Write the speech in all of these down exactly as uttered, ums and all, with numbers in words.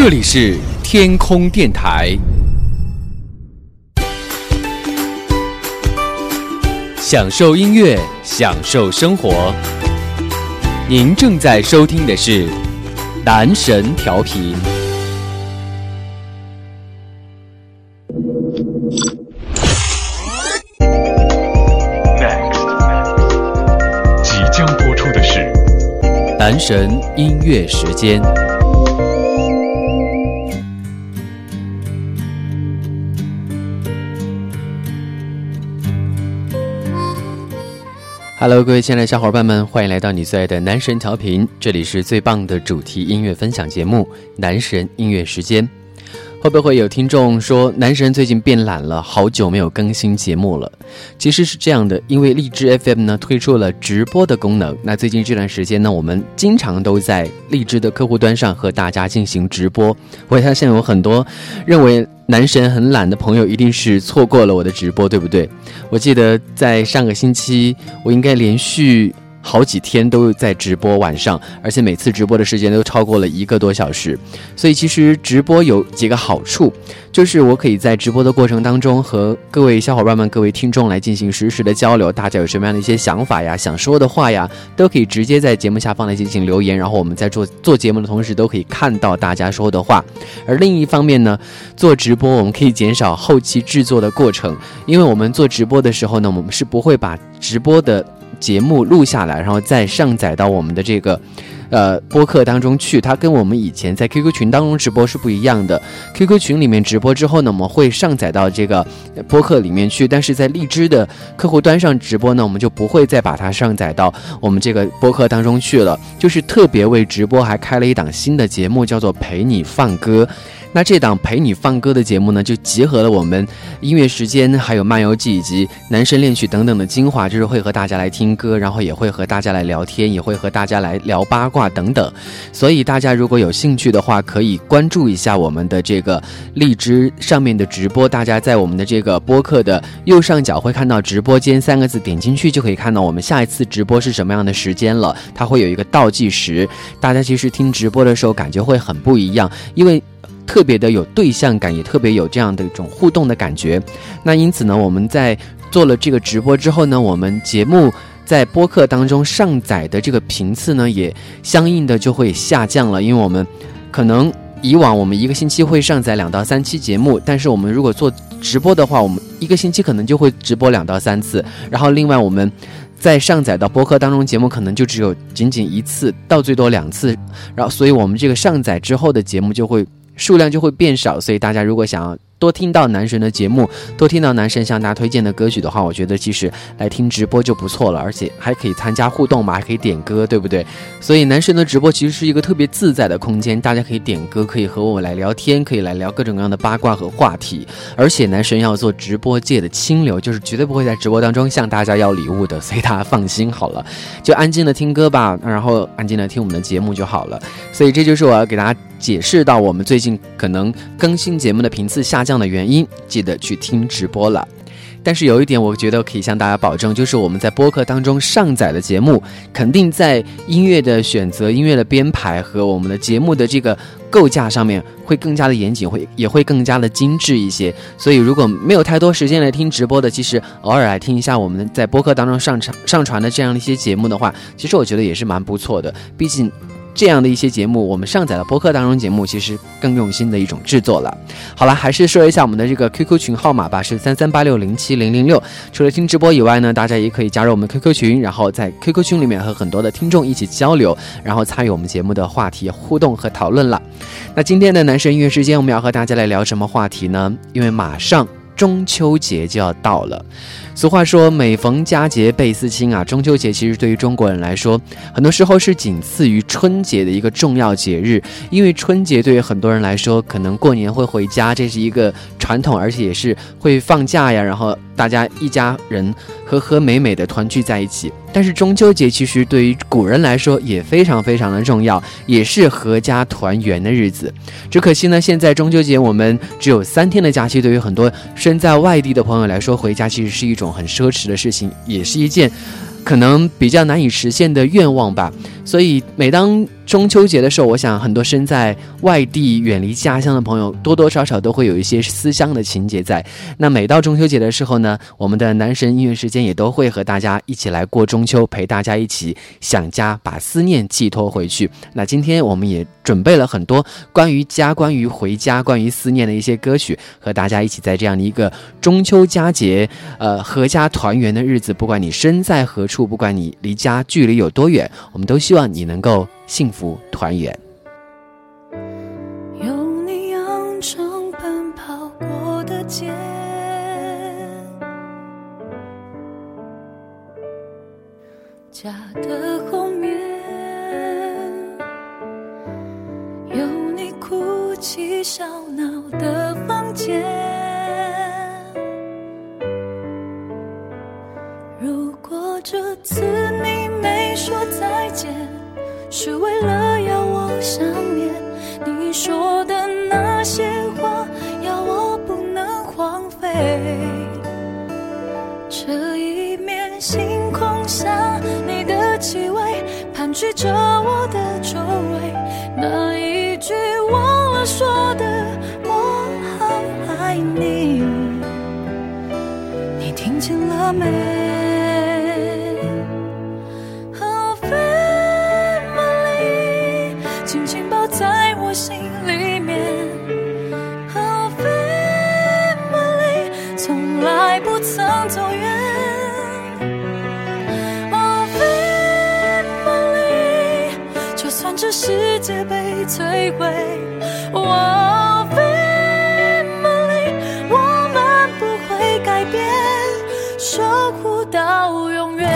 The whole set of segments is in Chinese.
这里是天空电台，享受音乐，享受生活。您正在收听的是男神调频。 即将播出的是男神音乐时间。Hello， 各位亲爱的小伙伴们，欢迎来到你最爱的男神调频，这里是最棒的主题音乐分享节目男神音乐时间。会不会有听众说男神最近变懒了，好久没有更新节目了？其实是这样的，因为荔枝 F M 呢推出了直播的功能，那最近这段时间呢，我们经常都在荔枝的客户端上和大家进行直播。我发现有很多认为男神很懒的朋友一定是错过了我的直播，对不对？我记得在上个星期，我应该连续好几天都在直播晚上，而且每次直播的时间都超过了一个多小时。所以其实直播有几个好处，就是我可以在直播的过程当中和各位小伙伴们、各位听众来进行实时的交流，大家有什么样的一些想法呀、想说的话呀，都可以直接在节目下方来进行留言，然后我们在做做节目的同时都可以看到大家说的话。而另一方面呢，做直播我们可以减少后期制作的过程，因为我们做直播的时候呢，我们是不会把直播的节目录下来，然后再上载到我们的这个呃播客当中去。它跟我们以前在 Q Q 群当中直播是不一样的。 Q Q 群里面直播之后呢，我们会上载到这个播客里面去，但是在荔枝的客户端上直播呢，我们就不会再把它上载到我们这个播客当中去了。就是特别为直播还开了一档新的节目，叫做陪你放歌。那这档陪你放歌的节目呢，就结合了我们音乐时间还有漫游记以及男神恋曲等等的精华，就是会和大家来听歌，然后也会和大家来聊天，也会和大家来聊八卦等等。所以大家如果有兴趣的话，可以关注一下我们的这个荔枝上面的直播。大家在我们的这个播客的右上角会看到直播间三个字，点进去就可以看到我们下一次直播是什么样的时间了，它会有一个倒计时。大家其实听直播的时候感觉会很不一样，因为特别的有对象感，也特别有这样的一种互动的感觉。那因此呢，我们在做了这个直播之后呢，我们节目在播客当中上载的这个频次呢，也相应的就会下降了。因为我们可能以往我们一个星期会上载两到三期节目，但是我们如果做直播的话，我们一个星期可能就会直播两到三次，然后另外我们在上载到播客当中节目可能就只有仅仅一次到最多两次，然后所以我们这个上载之后的节目就会数量就会变少。所以大家如果想要多听到男神的节目，多听到男神向大家推荐的歌曲的话，我觉得其实来听直播就不错了，而且还可以参加互动嘛，还可以点歌，对不对？所以男神的直播其实是一个特别自在的空间，大家可以点歌，可以和我来聊天，可以来聊各种各样的八卦和话题。而且男神要做直播界的清流，就是绝对不会在直播当中向大家要礼物的，所以大家放心好了，就安静的听歌吧，然后安静的听我们的节目就好了。所以这就是我要给大家解释到我们最近可能更新节目的频次下降的原因，记得去听直播了。但是有一点我觉得可以向大家保证，就是我们在播客当中上载的节目肯定在音乐的选择、音乐的编排和我们的节目的这个构架上面会更加的严谨，会也会更加的精致一些。所以如果没有太多时间来听直播的，其实偶尔来听一下我们在播客当中上传上传的这样的一些节目的话，其实我觉得也是蛮不错的。毕竟这样的一些节目，我们上载了播客当中节目，其实更用心的一种制作了。好了，还是说一下我们的这个 Q Q 群号码吧，是三三八六零七零零六。除了听直播以外呢，大家也可以加入我们 Q Q 群，然后在 Q Q 群里面和很多的听众一起交流，然后参与我们节目的话题互动和讨论了。那今天的男神音乐时间，我们要和大家来聊什么话题呢？因为马上中秋节就要到了。俗话说每逢佳节倍思亲啊，中秋节其实对于中国人来说，很多时候是仅次于春节的一个重要节日。因为春节对于很多人来说，可能过年会回家，这是一个传统，而且也是会放假呀，然后大家一家人和和美美的团聚在一起。但是中秋节其实对于古人来说也非常非常的重要，也是阖家团圆的日子。只可惜呢，现在中秋节我们只有三天的假期，对于很多身在外地的朋友来说，回家其实是一种很奢侈的事情，也是一件可能比较难以实现的愿望吧。所以每当中秋节的时候，我想很多身在外地远离家乡的朋友多多少少都会有一些思乡的情节在。那每到中秋节的时候呢，我们的男神音乐时间也都会和大家一起来过中秋，陪大家一起想家，把思念寄托回去。那今天我们也准备了很多关于家、关于回家、关于思念的一些歌曲，和大家一起在这样的一个中秋佳节呃，合家团圆的日子，不管你身在何处，不管你离家距离有多远，我们都希望你能够幸福团圆。 有你扬长奔跑过的街，家的后面有你哭泣笑闹的房间。如果这次你没说再见，是为了要我想念，你说的那些话要我不能荒废。这一面星空下，你的气味盘踞着我的周围，那一句忘了说的我好爱你，你听见了没？紧紧抱在我心里面 Oh family， 从来不曾走远 Oh family， 就算这世界被摧毁 Oh family， 我们不会改变，守护到永远。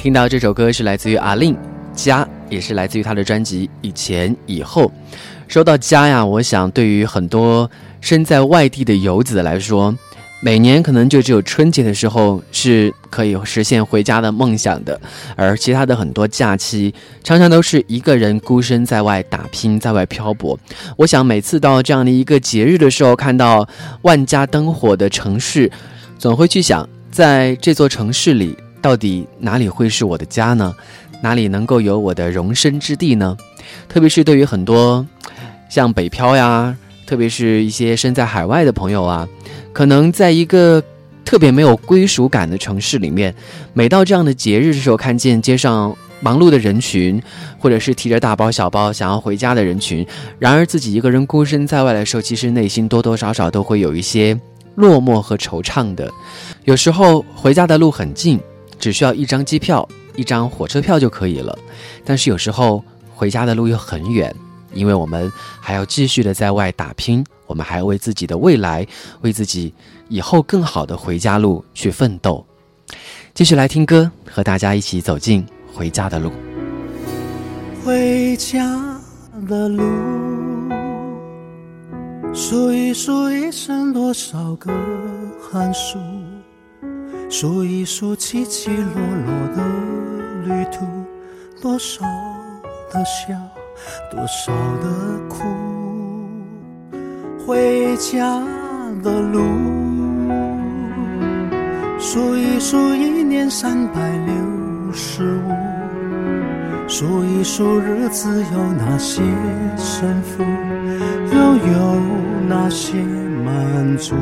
听到这首歌是来自于阿令，家也是来自于他的专辑《以前以后》。说到家呀，我想对于很多身在外地的游子来说，每年可能就只有春节的时候是可以实现回家的梦想的，而其他的很多假期常常都是一个人孤身在外打拼，在外漂泊。我想每次到这样的一个节日的时候，看到万家灯火的城市，总会去想，在这座城市里到底哪里会是我的家呢？哪里能够有我的容身之地呢？特别是对于很多像北漂呀，特别是一些身在海外的朋友啊，可能在一个特别没有归属感的城市里面，每到这样的节日的时候，看见街上忙碌的人群，或者是提着大包小包想要回家的人群，然而自己一个人孤身在外的时候，其实内心多多少少都会有一些落寞和惆怅的。有时候回家的路很近，只需要一张机票，一张火车票就可以了，但是有时候回家的路又很远，因为我们还要继续的在外打拼，我们还要为自己的未来，为自己以后更好的回家路去奋斗。继续来听歌，和大家一起走进回家的路。 回家的路，数一数一生多少个寒暑，数一数起起落落的旅途，多少的笑，多少的苦。回家的路，数一数一年三百六十五，数一数日子有哪些胜负，又有哪些满足。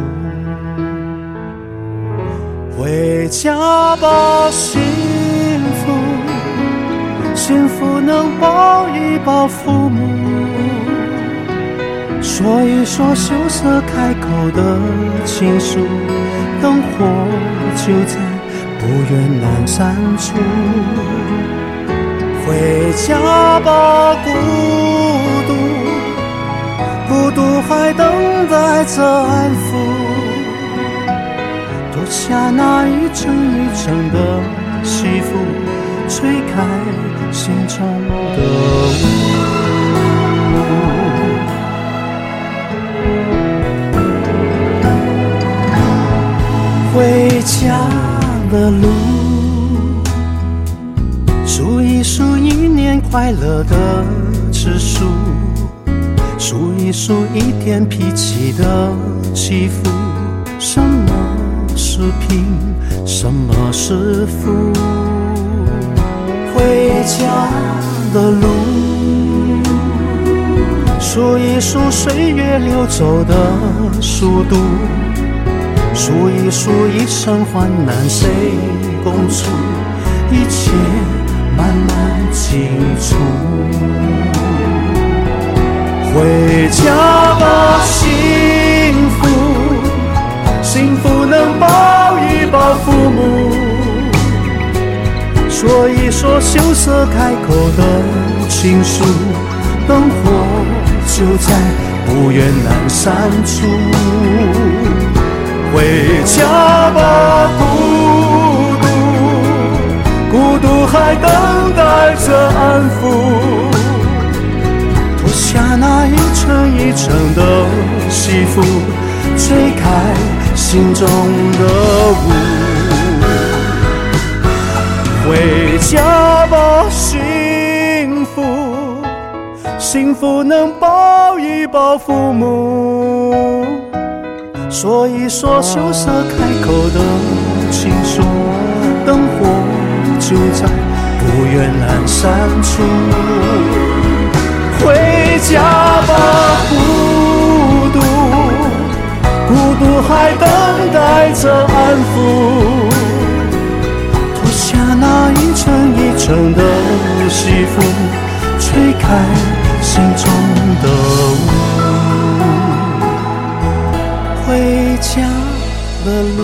回家吧，幸福，幸福能抱一抱父母，说一说羞涩开口的情书，灯火就在不远阑珊处。回家吧，孤独，孤独还等待着安抚，脱下那一层一层的西服，吹开心中的雾。回家的路，数一数一年快乐的次数，数一数一天脾气的起伏，什么是贫，什么是富。回家的路，数一数岁月流走的速度，数一数一生患难谁共处，一切慢慢清楚。回家吧，幸福，幸福能抱一抱父母，说一说羞涩开口的情书，灯火就在不远阑珊处。回家吧，孤独，孤独还等待着安抚，脱下那一层一层的西服，吹开心中的雾。回家吧，幸福，幸福能抱一抱父母，说一说羞涩开口的情书，灯火就在不远阑珊处。回家吧，孤独，孤独还等待着安抚，脱下那一层一层的西服，吹开心中的雾。回家的路，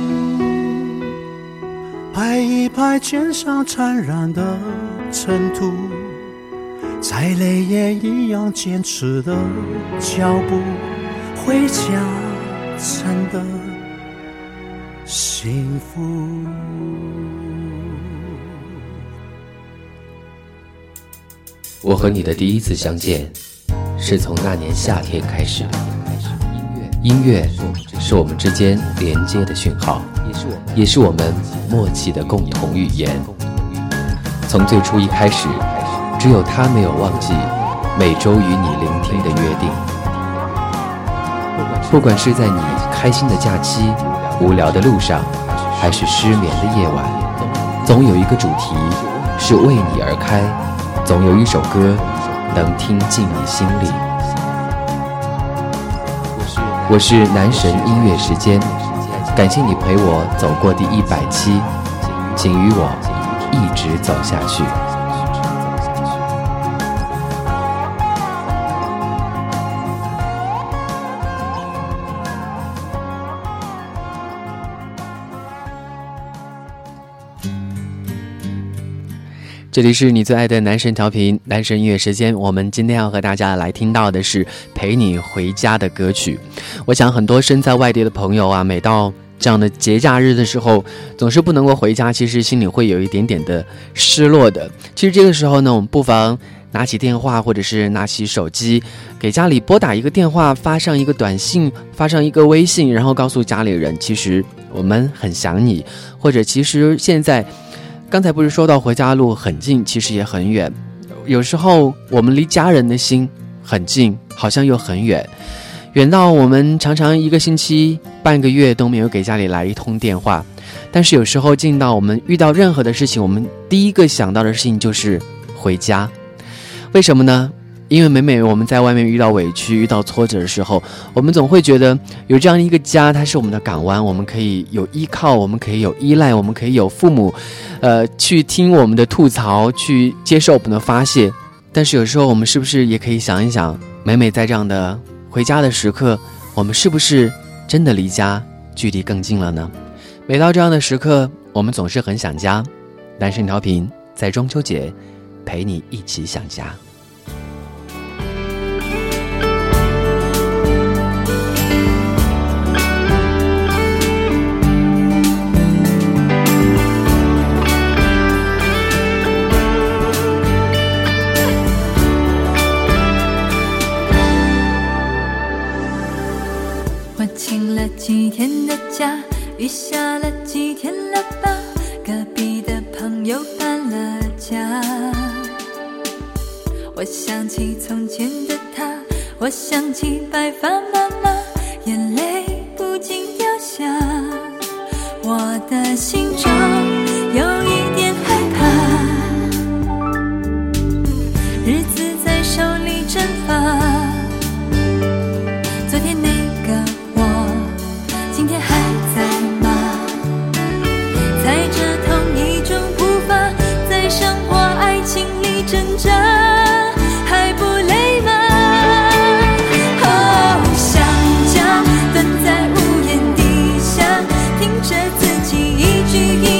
拍一拍肩上缠染的尘土，再累也一样坚持的脚步，回家真的幸福。 我和你的第一次相见是从那年夏天开始的。音乐是我们之间连接的讯号，也是我们默契的共同语言。从最初一开始，只有他没有忘记每周与你聆听的约定。不管是在你开心的假期、无聊的路上，还是失眠的夜晚，总有一个主题是为你而开，总有一首歌能听进你心里。我是男神音乐时间，感谢你陪我走过第一百期，请与我一直走下去。这里是你最爱的男神调频，男神音乐时间。我们今天要和大家来听到的是陪你回家的歌曲。我想很多身在外地的朋友啊，每到这样的节假日的时候，总是不能够回家，其实心里会有一点点的失落的。其实这个时候呢，我们不妨拿起电话，或者是拿起手机，给家里拨打一个电话，发上一个短信，发上一个微信，然后告诉家里人，其实我们很想你，或者其实现在刚才不是说到回家路很近，其实也很远。有时候我们离家人的心很近，好像又很远，远到我们常常一个星期、半个月都没有给家里来一通电话。但是有时候近到我们遇到任何的事情，我们第一个想到的事情就是回家。为什么呢？因为每每我们在外面遇到委屈、遇到挫折的时候，我们总会觉得有这样一个家，它是我们的港湾，我们可以有依靠，我们可以有依赖，我们可以有父母呃，去听我们的吐槽，去接受我们的发泄。但是有时候我们是不是也可以想一想，每每在这样的回家的时刻，我们是不是真的离家距离更近了呢？每到这样的时刻，我们总是很想家。男神调频在中秋节陪你一起想家。 几天的假，雨下了几天了吧，隔壁的朋友搬了家。我想起从前的他，我想起白发妈妈，眼泪不禁掉下。我的心中有一点害怕，日子在手里蒸发。昨天那个今天还在吗？在这同一种步伐，在生活爱情里挣扎，还不累吗？哦，想家，蹲在屋檐底下，听着自己一句一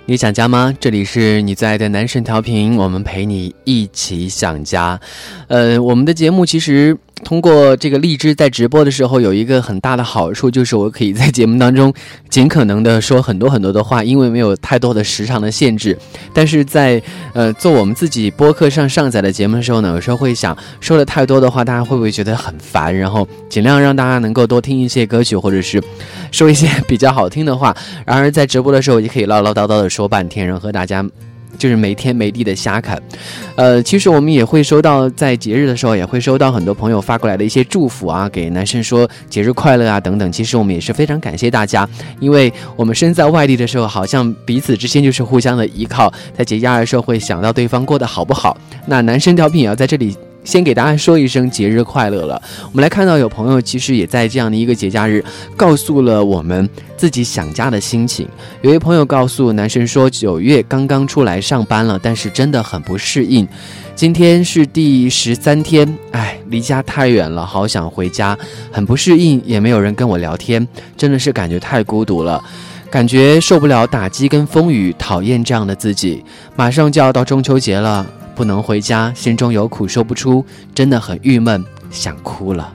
你想家吗？这里是你最爱的男神调频，我们陪你一起想家。呃，我们的节目其实通过这个荔枝在直播的时候有一个很大的好处，就是我可以在节目当中尽可能的说很多很多的话，因为没有太多的时长的限制。但是在呃做我们自己播客上上载的节目的时候呢，有时候会想说了太多的话，大家会不会觉得很烦？然后尽量让大家能够多听一些歌曲，或者是说一些比较好听的话。然而在直播的时候也可以唠唠叨叨的说半天，然后和大家就是没天没地的瞎侃。呃，其实我们也会收到，在节日的时候也会收到很多朋友发过来的一些祝福啊，给男生说节日快乐啊等等。其实我们也是非常感谢大家，因为我们身在外地的时候，好像彼此之间就是互相的依靠，在节假日的时候会想到对方过得好不好。那男生调频也要在这里先给大家说一声节日快乐了。我们来看到有朋友其实也在这样的一个节假日告诉了我们自己想家的心情。有位朋友告诉男生说，九月刚刚出来上班了，但是真的很不适应。今天是第十三天，哎，离家太远了，好想回家，很不适应，也没有人跟我聊天，真的是感觉太孤独了。感觉受不了打击跟风雨，讨厌这样的自己。马上就要到中秋节了，不能回家，心中有苦说不出，真的很郁闷，想哭了。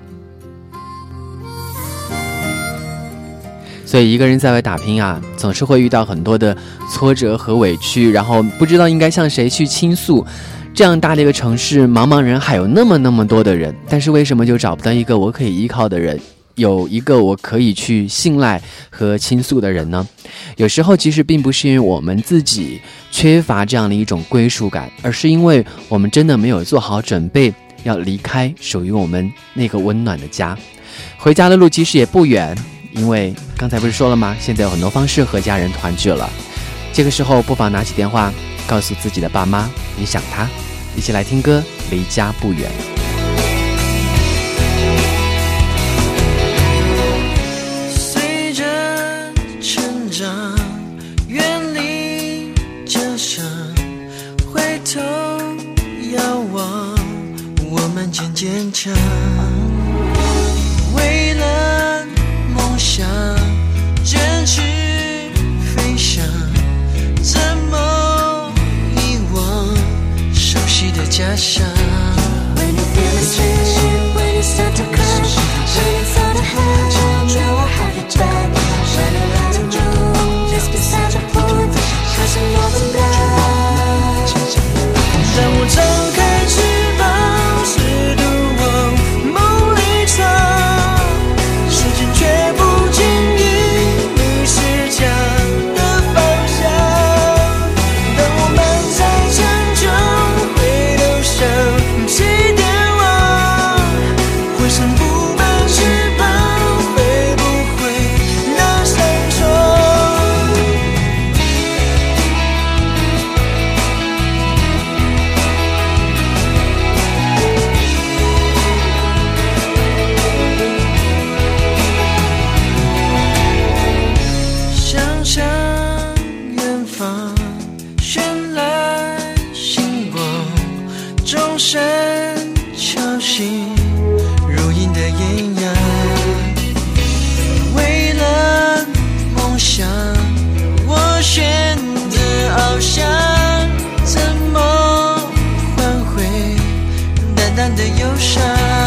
所以一个人在外打拼啊，总是会遇到很多的挫折和委屈，然后不知道应该向谁去倾诉。这样大的一个城市，茫茫人海，有那么那么多的人，但是为什么就找不到一个我可以依靠的人，有一个我可以去信赖和倾诉的人呢？有时候其实并不是因为我们自己缺乏这样的一种归属感，而是因为我们真的没有做好准备要离开属于我们那个温暖的家。回家的路其实也不远，因为刚才不是说了吗，现在有很多方式和家人团聚了。这个时候不妨拿起电话告诉自己的爸妈你想他，一起来听歌，离家不远。 随着成长远离家乡，回头遥望我们渐渐长，为了梦想振翅飞翔，怎么遗忘熟悉的家乡。 When you feel the street, when you start to cry, when it's all the hell, know I have your back. When I lie in the room, just beside the pool, cause I'm moving back. 当我张开翅膀，试图往梦里闯，时间却不经意迷失家的方向。当我们在城中回头想起电话，回声布满翅膀，会不会那扇窗？想象远方绚烂星光，钟声敲醒如影的艳阳。为了梦想，我选择翱翔，怎么换回淡淡的忧伤？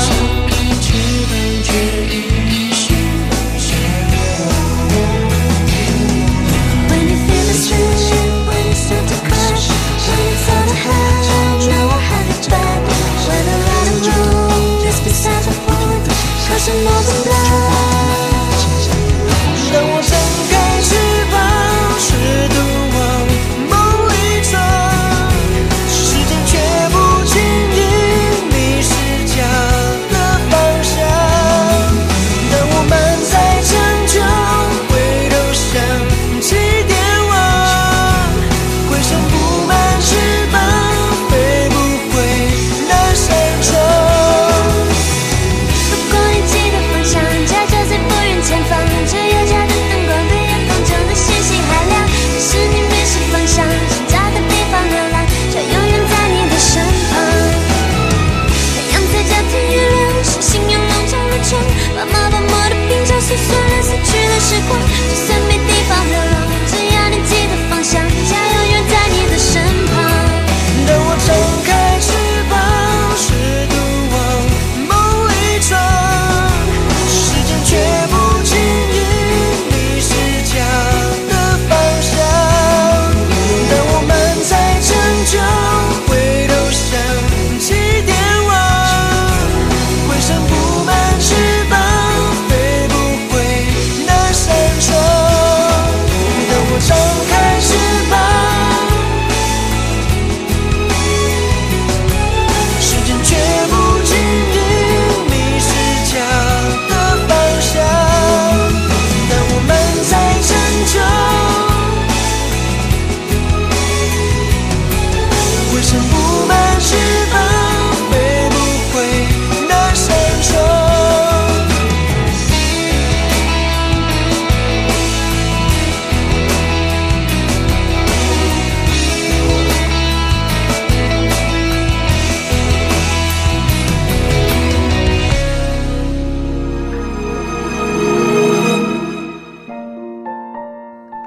When you feel the street, when you start to cry, when it's all the hell, know I have your back. When I lie in the room, just beside the pool, cause I'm moving back. 当我张开翅膀，试图往梦里闯，时间却不经意迷失家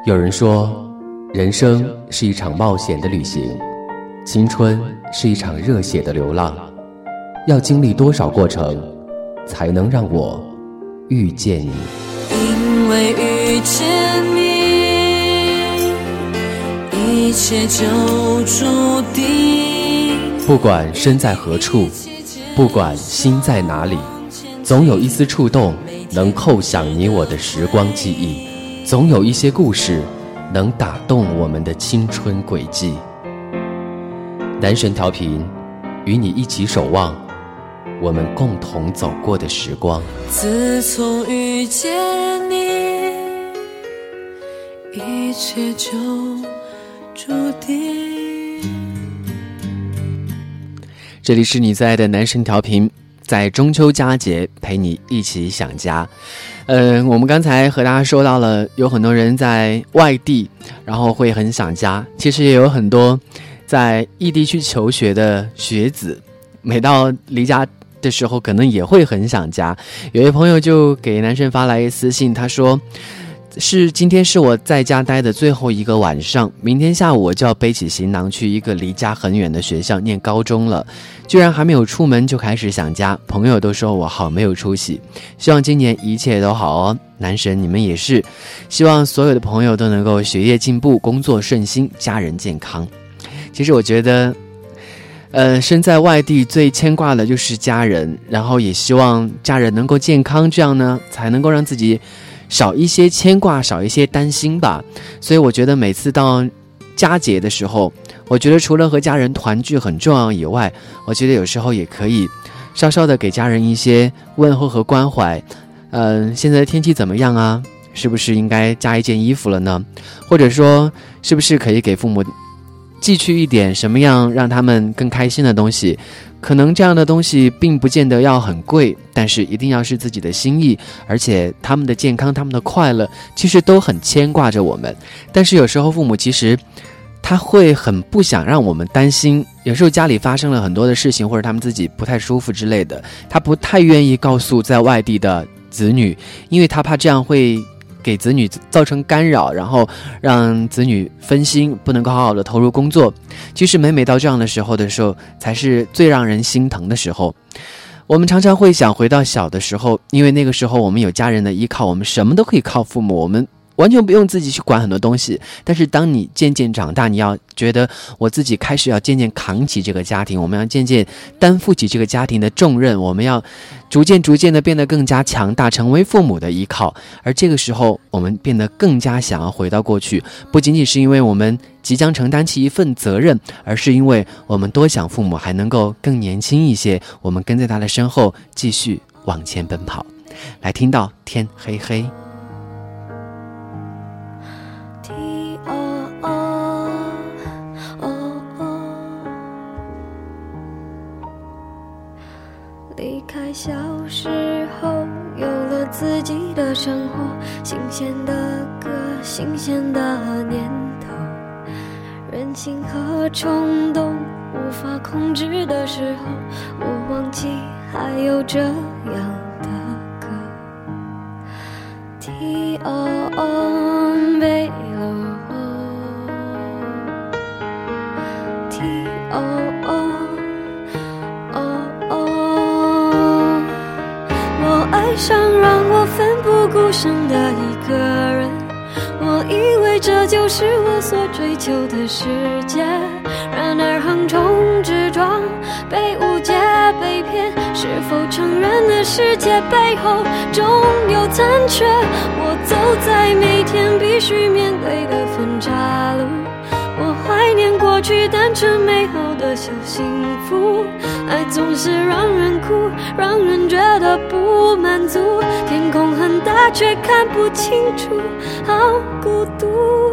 有人说，人生是一场冒险的旅行，青春是一场热血的流浪，要经历多少过程，才能让我遇见你？ 因为遇见你，一切就注定。 不管身在何处，不管心在哪里，总有一丝触动能扣响你我的时光记忆，总有一些故事能打动我们的青春轨迹。男神调频，与你一起守望我们共同走过的时光。 自从遇见你，一切就注定。 这里是你最爱的男神调频，在中秋佳节陪你一起想家。呃，我们刚才和大家说到了，有很多人在外地，然后会很想家。其实也有很多在异地去求学的学子，每到离家的时候，可能也会很想家。有位朋友就给男神发来私信，他说：是今天是我在家待的最后一个晚上，明天下午我就要背起行囊去一个离家很远的学校念高中了，居然还没有出门就开始想家，朋友都说我好没有出息，希望今年一切都好哦。男神你们也是，希望所有的朋友都能够学业进步，工作顺心，家人健康。其实我觉得呃，身在外地最牵挂的就是家人，然后也希望家人能够健康，这样呢才能够让自己少一些牵挂，少一些担心吧。所以我觉得每次到佳节的时候，我觉得除了和家人团聚很重要以外，我觉得有时候也可以稍稍的给家人一些问候和关怀。嗯、呃，现在的天气怎么样啊？是不是应该加一件衣服了呢？或者说是不是可以给父母寄去一点什么样让他们更开心的东西？可能这样的东西并不见得要很贵，但是一定要是自己的心意，而且他们的健康，他们的快乐其实都很牵挂着我们。但是有时候父母其实他会很不想让我们担心，有时候家里发生了很多的事情，或者他们自己不太舒服之类的，他不太愿意告诉在外地的子女，因为他怕这样会给子女造成干扰，然后让子女分心，不能够好好的投入工作。其实每每到这样的时候的时候，才是最让人心疼的时候。我们常常会想回到小的时候，因为那个时候我们有家人的依靠，我们什么都可以靠父母，我们完全不用自己去管很多东西。但是当你渐渐长大，你要觉得我自己开始要渐渐扛起这个家庭，我们要渐渐担负起这个家庭的重任，我们要逐渐逐渐的变得更加强大，成为父母的依靠。而这个时候我们变得更加想要回到过去，不仅仅是因为我们即将承担起一份责任，而是因为我们多想父母还能够更年轻一些，我们跟在他的身后继续往前奔跑。来听到天黑黑。 离开小时候，有了自己的生活，新鲜的歌，新鲜的念头，任性和冲动无法控制的时候，我忘记还有这样的歌。 T O O 贝罗 T O O爱上让我奋不顾身的一个人，我以为这就是我所追求的世界，然而横冲直撞，被误解被骗，是否承认了世界背后总有残缺？我走在每天必须面对的分岔路，我怀念过去单纯美好的小幸福，爱总是让人哭，让人觉得不满足，天空很大却看不清楚，好孤独。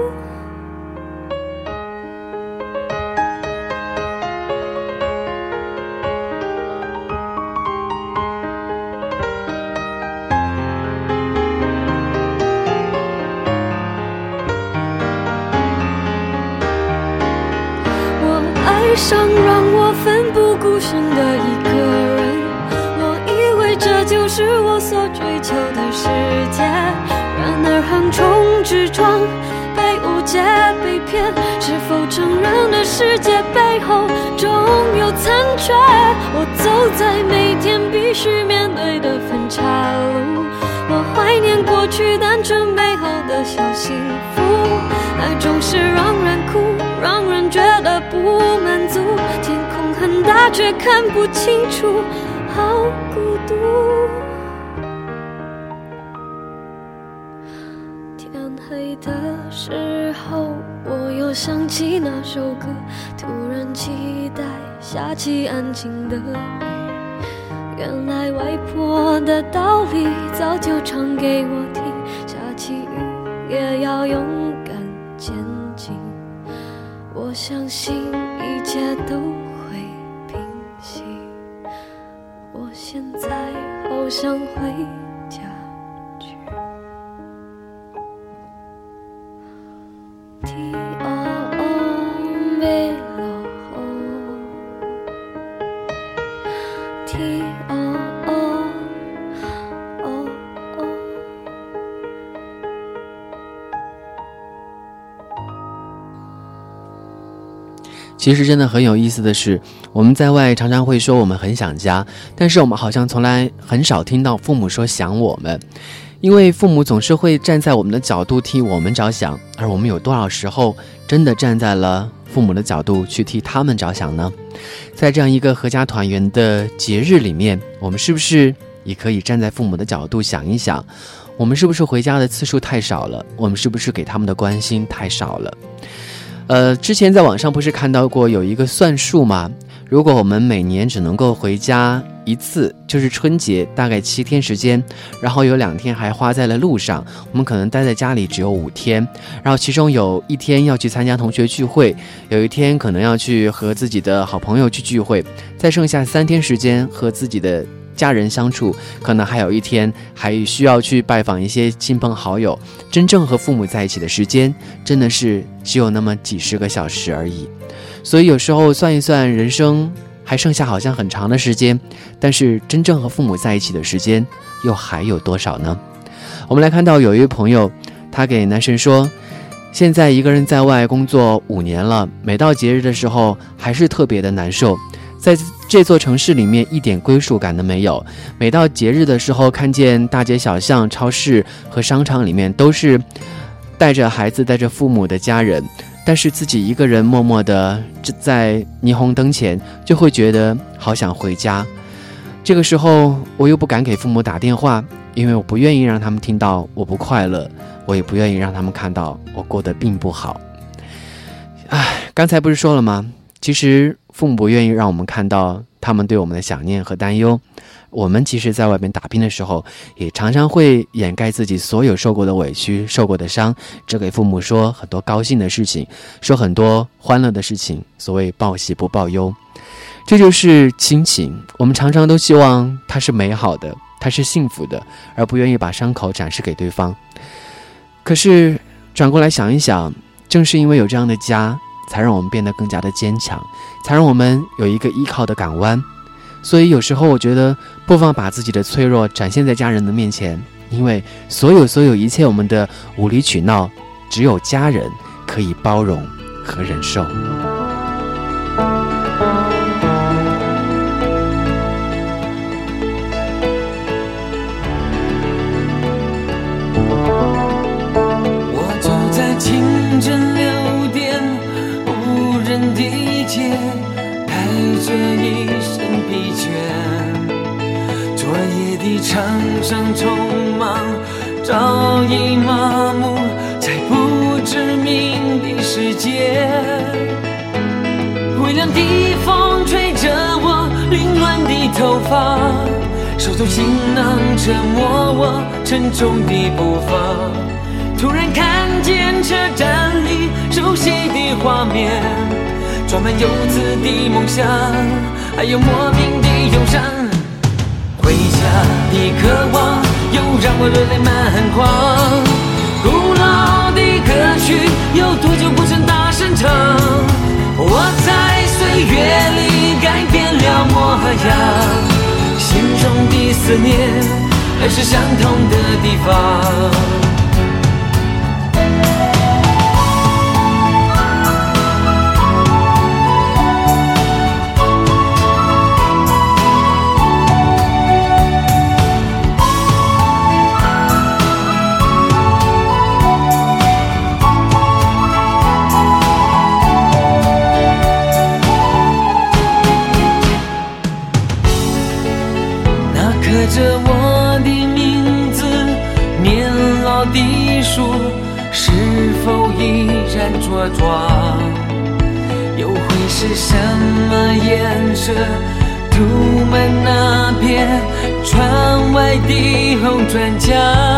爱上让我奋不顾身的一个人，我以为这就是我所追求的世界，然而横冲直撞，被解被骗？是否承认的世界背后总有残缺？我走在每天必须面对的分岔路，我怀念过去单纯美好的小幸福，爱总是让人哭，让人觉得不满足，天空很大却看不清楚，好孤独。天黑的时候，我又想起那首歌，突然期待下起安静的雨。原来外婆的道理早就唱给我听，下起雨也要勇敢前进。我相信一切都会平息，我现在好想回家去。T O O V L O T O O O O。 其实真的很有意思的是，我们在外常常会说我们很想家，但是我们好像从来很少听到父母说想我们，因为父母总是会站在我们的角度替我们着想，而我们有多少时候真的站在了父母的角度去替他们着想呢？在这样一个合家团圆的节日里面，我们是不是也可以站在父母的角度想一想，我们是不是回家的次数太少了？我们是不是给他们的关心太少了？呃，之前在网上不是看到过有一个算术吗？如果我们每年只能够回家一次，就是春节，大概七天时间，然后有两天还花在了路上，我们可能待在家里只有五天，然后其中有一天要去参加同学聚会，有一天可能要去和自己的好朋友去聚会，再剩下三天时间和自己的家人相处，可能还有一天还需要去拜访一些亲朋好友，真正和父母在一起的时间真的是只有那么几十个小时而已。所以有时候算一算，人生还剩下好像很长的时间，但是真正和父母在一起的时间又还有多少呢？我们来看到有一位朋友，他给男神说，现在一个人在外工作五年了，每到节日的时候还是特别的难受，在这座城市里面一点归属感都没有，每到节日的时候，看见大街小巷、超市和商场里面都是带着孩子、带着父母的家人，但是自己一个人默默的在霓虹灯前，就会觉得好想回家。这个时候我又不敢给父母打电话，因为我不愿意让他们听到我不快乐，我也不愿意让他们看到我过得并不好。唉，刚才不是说了吗？其实父母不愿意让我们看到他们对我们的想念和担忧，我们其实在外面打拼的时候，也常常会掩盖自己所有受过的委屈、受过的伤，只给父母说很多高兴的事情，说很多欢乐的事情，所谓报喜不报忧。这就是亲情，我们常常都希望它是美好的，它是幸福的，而不愿意把伤口展示给对方。可是转过来想一想，正是因为有这样的家，才让我们变得更加的坚强，才让我们有一个依靠的港湾。所以有时候我觉得不妨把自己的脆弱展现在家人的面前，因为所有所有一切我们的无理取闹，只有家人可以包容和忍受。 我走在清晨六点无人的街，带着一身疲倦，昨夜的场上匆忙，早已麻木在不知名的世界。微凉的风吹着我凌乱的头发，手中行囊折磨我沉重的步伐。突然看见车站里熟悉的画面，装满游子的梦想，还有莫名的忧伤。回家的渴望又让我热泪满眶，古老的歌曲有多久不曾大声唱？我在岁月里改变了模样，心中的思念还是相同的地方。 着我的名字，年老的树是否依然茁壮？又会是什么颜色涂满那片窗外的红砖墙？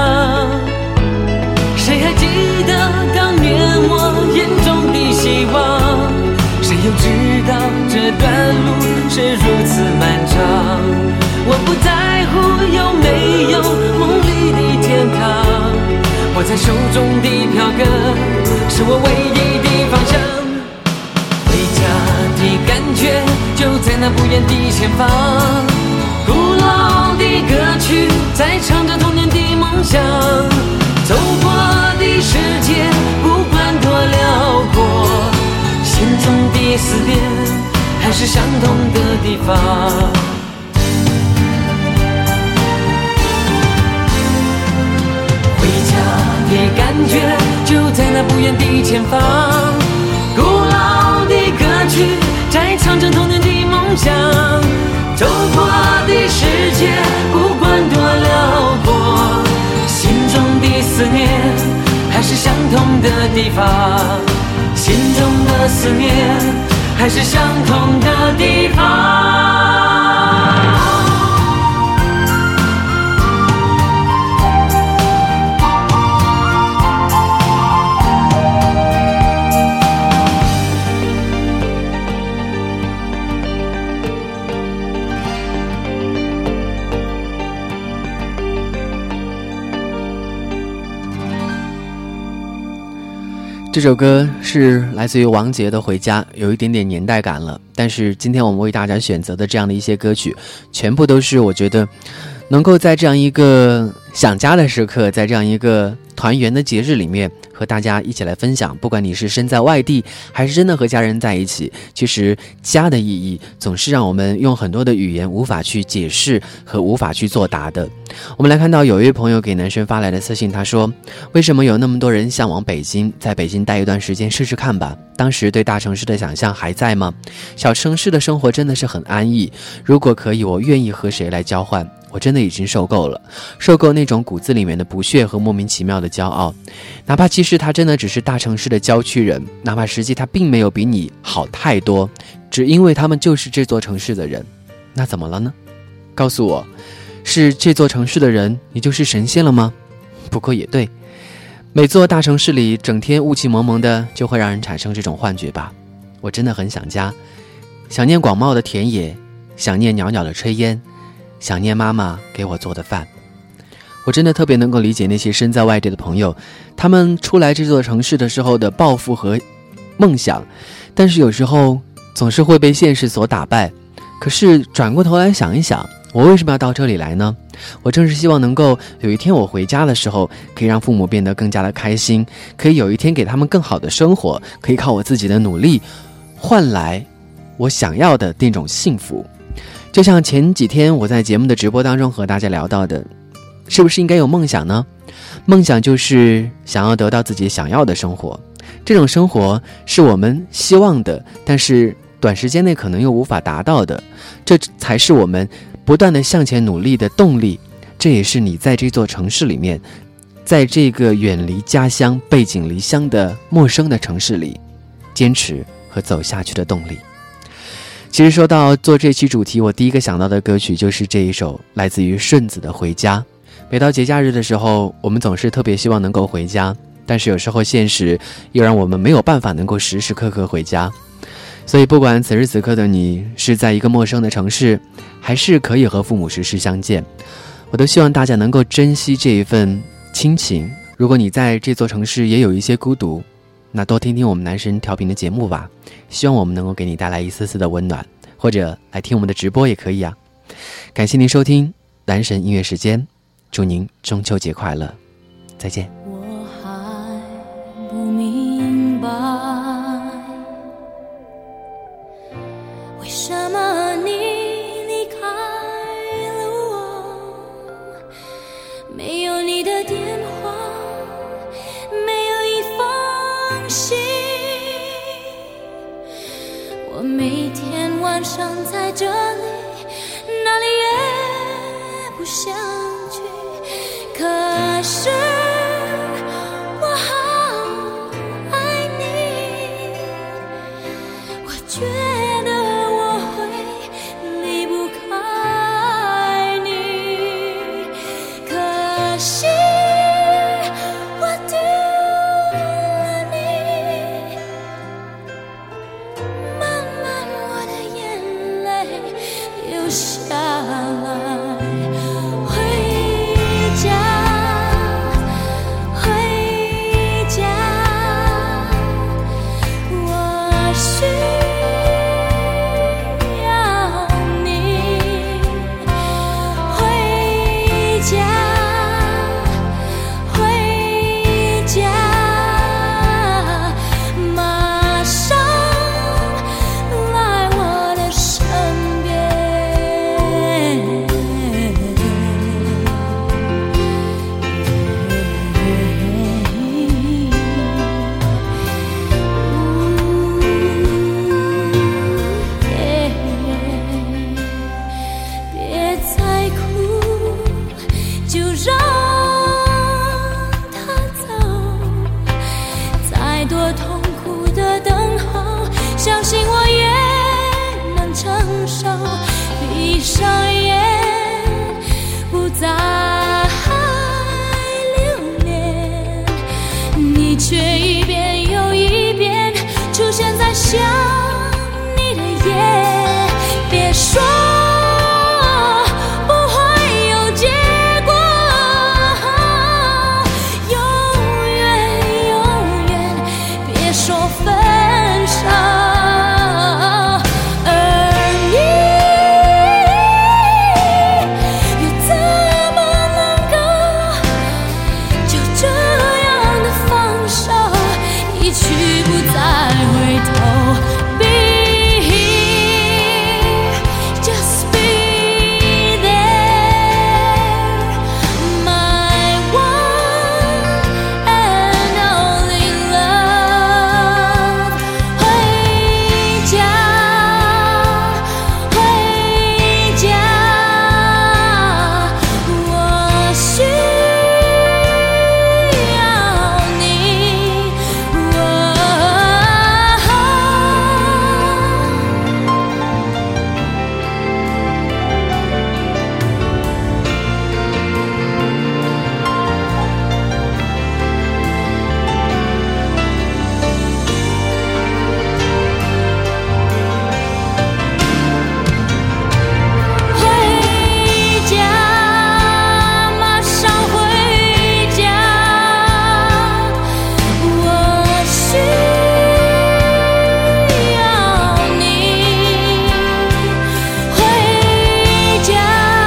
谁还记得当年我眼中的希望？谁又知道这段路是如此漫长？我不在乎有没有梦里的天堂，握在手中的票根是我唯一的方向。回家的感觉就在那不远的前方，古老的歌曲在唱着童年的梦想，走过的世界不管多辽阔，心中的思念还是相同的地方。回家的感觉就在那不远的前方，古老的歌曲在唱着童年的梦想，走过的世界不管多辽阔，心中的思念还是相同的地方，心中的思念还是相同的地方。 这首歌是来自于王杰的《回家》，有一点点年代感了，但是今天我们为大家选择的这样的一些歌曲，全部都是我觉得能够在这样一个想家的时刻，在这样一个团圆的节日里面和大家一起来分享。不管你是身在外地还是真的和家人在一起，其实家的意义总是让我们用很多的语言无法去解释和无法去作答的。我们来看到有一位朋友给男生发来的私信，他说，为什么有那么多人向往北京，在北京待一段时间试试看吧，当时对大城市的想象还在吗？小城市的生活真的是很安逸，如果可以，我愿意和谁来交换，我真的已经受够了，受够那种骨子里面的不屑和莫名其妙的骄傲。哪怕其实他真的只是大城市的郊区人，哪怕实际他并没有比你好太多，只因为他们就是这座城市的人，那怎么了呢？告诉我，是这座城市的人，你就是神仙了吗？不过也对，每座大城市里整天雾气蒙蒙的，就会让人产生这种幻觉吧。我真的很想家，想念广袤的田野，想念袅袅的炊烟，想念妈妈给我做的饭。我真的特别能够理解那些身在外地的朋友，他们出来这座城市的时候的抱负和梦想，但是有时候总是会被现实所打败。可是转过头来想一想，我为什么要到这里来呢？我正是希望能够有一天我回家的时候，可以让父母变得更加的开心，可以有一天给他们更好的生活，可以靠我自己的努力换来我想要的那种幸福。就像前几天我在节目的直播当中和大家聊到的，是不是应该有梦想呢？梦想就是想要得到自己想要的生活，这种生活是我们希望的，但是短时间内可能又无法达到的，这才是我们不断的向前努力的动力。这也是你在这座城市里面，在这个远离家乡背井离乡的陌生的城市里坚持和走下去的动力。其实说到做这期主题，我第一个想到的歌曲就是这一首来自于顺子的《回家》。每到节假日的时候，我们总是特别希望能够回家，但是有时候现实又让我们没有办法能够时时刻刻回家。所以不管此时此刻的你是在一个陌生的城市，还是可以和父母时时相见，我都希望大家能够珍惜这一份亲情。如果你在这座城市也有一些孤独，那多听听我们男神调频的节目吧，希望我们能够给你带来一丝丝的温暖，或者来听我们的直播也可以啊。感谢您收听男神音乐时间，祝您中秋节快乐，再见。 我还不明白，为什么你离开了我，没有你的电话，没有一封信，我每天晚上在这里，哪里也不行。 相聚，可是我好爱你，我觉得我会离不开你，可惜我丢了你，慢慢我的眼泪流下来，回家，回家，我需要你，回家，回家，马上来我的身边。别再哭，就让它走，再多痛苦的等候，相信我也能承受。闭上眼，不再留恋，你却一遍又一遍出现在想你的夜。别说不会有结果，永远永远别说分手。而你又怎么能够就这样的放手，一去不再回头？Be here, just be there, my one and only love。回家，回家，我需要你，我。回家，马上回家，我需要你。回家，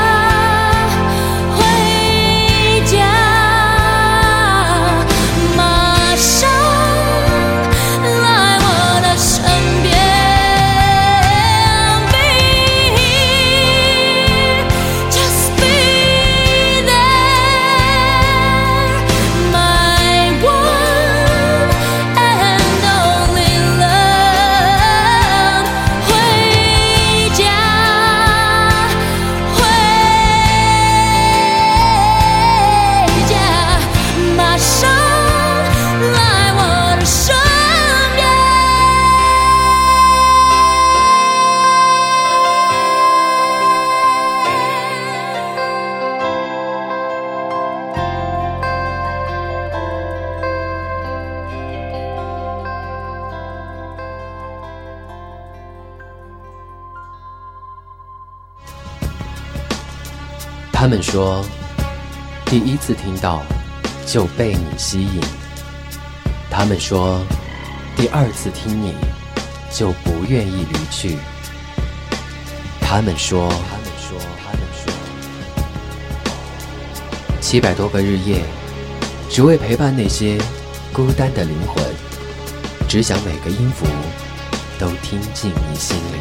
回家，马上来我的身边。Be here, just be there, my one and only love。回家，回家，马上来我的身边。 他们说，第一次听到就被你吸引；他们说，第二次听你就不愿意离去。他们说，他们说，他们说，七百多个日夜，只为陪伴那些孤单的灵魂，只想每个音符都听进你心里。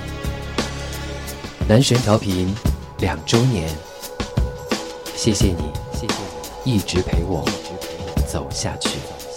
男神调频两周年，谢谢你，谢谢你一直陪我走下去。